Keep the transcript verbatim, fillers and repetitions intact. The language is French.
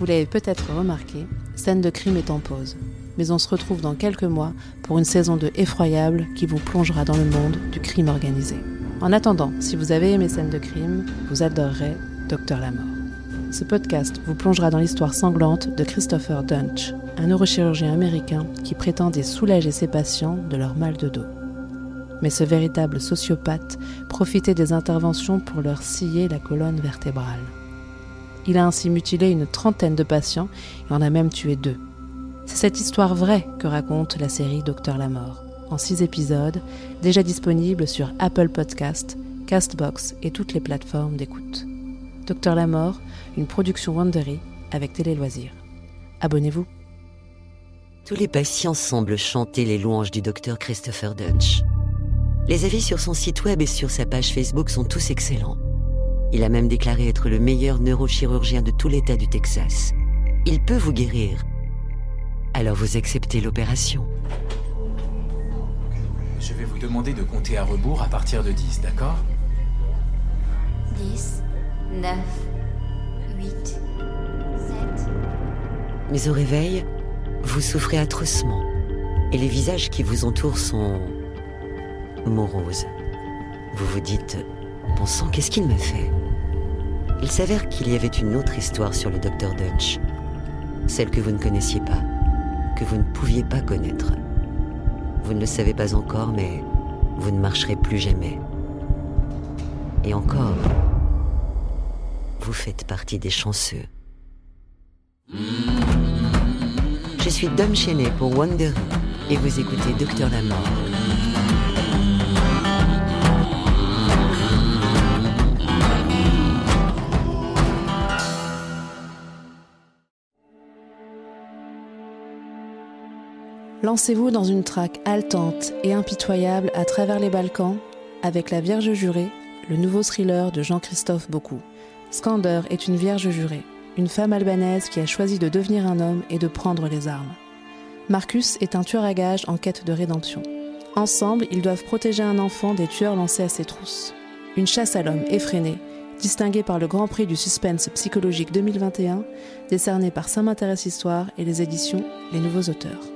Vous l'avez peut-être remarqué, Scène de crime est en pause. Mais on se retrouve dans quelques mois pour une saison deux effroyable qui vous plongera dans le monde du crime organisé. En attendant, si vous avez aimé Scène de crime, vous adorerez Docteur Lamort. Ce podcast vous plongera dans l'histoire sanglante de Christopher Duntsch, un neurochirurgien américain qui prétendait soulager ses patients de leur mal de dos. Mais ce véritable sociopathe profitait des interventions pour leur scier la colonne vertébrale. Il a ainsi mutilé une trentaine de patients et en a même tué deux. C'est cette histoire vraie que raconte la série Docteur Lamort, en six épisodes, déjà disponible sur Apple Podcasts, Castbox et toutes les plateformes d'écoute. Docteur Lamort, une production Wondery avec Télé Loisirs. Abonnez-vous. Tous les patients semblent chanter les louanges du docteur Christopher Duntsch. Les avis sur son site web et sur sa page Facebook sont tous excellents. Il a même déclaré être le meilleur neurochirurgien de tout l'État du Texas. Il peut vous guérir. Alors vous acceptez l'opération. Je vais vous demander de compter à rebours à partir de dix, d'accord ? dix, neuf, huit, sept... Mais au réveil, vous souffrez atrocement. Et les visages qui vous entourent sont... moroses. Vous vous dites, bon sang, qu'est-ce qu'il m'a fait ? Il s'avère qu'il y avait une autre histoire sur le docteur Duntsch. Celle que vous ne connaissiez pas, que vous ne pouviez pas connaître. Vous ne le savez pas encore, mais vous ne marcherez plus jamais. Et encore, vous faites partie des chanceux. Je suis Dom Chenet pour Wondery et vous écoutez Docteur Lamort. Lancez-vous dans une traque haletante et impitoyable à travers les Balkans avec La Vierge jurée, le nouveau thriller de Jean-Christophe Beaucou. Skander est une vierge jurée, une femme albanaise qui a choisi de devenir un homme et de prendre les armes. Marcus est un tueur à gages en quête de rédemption. Ensemble, ils doivent protéger un enfant des tueurs lancés à ses trousses. Une chasse à l'homme effrénée, distinguée par le Grand Prix du suspense psychologique deux mille vingt et un, décerné par Ça m'intéresse Histoire et les éditions Les Nouveaux Auteurs.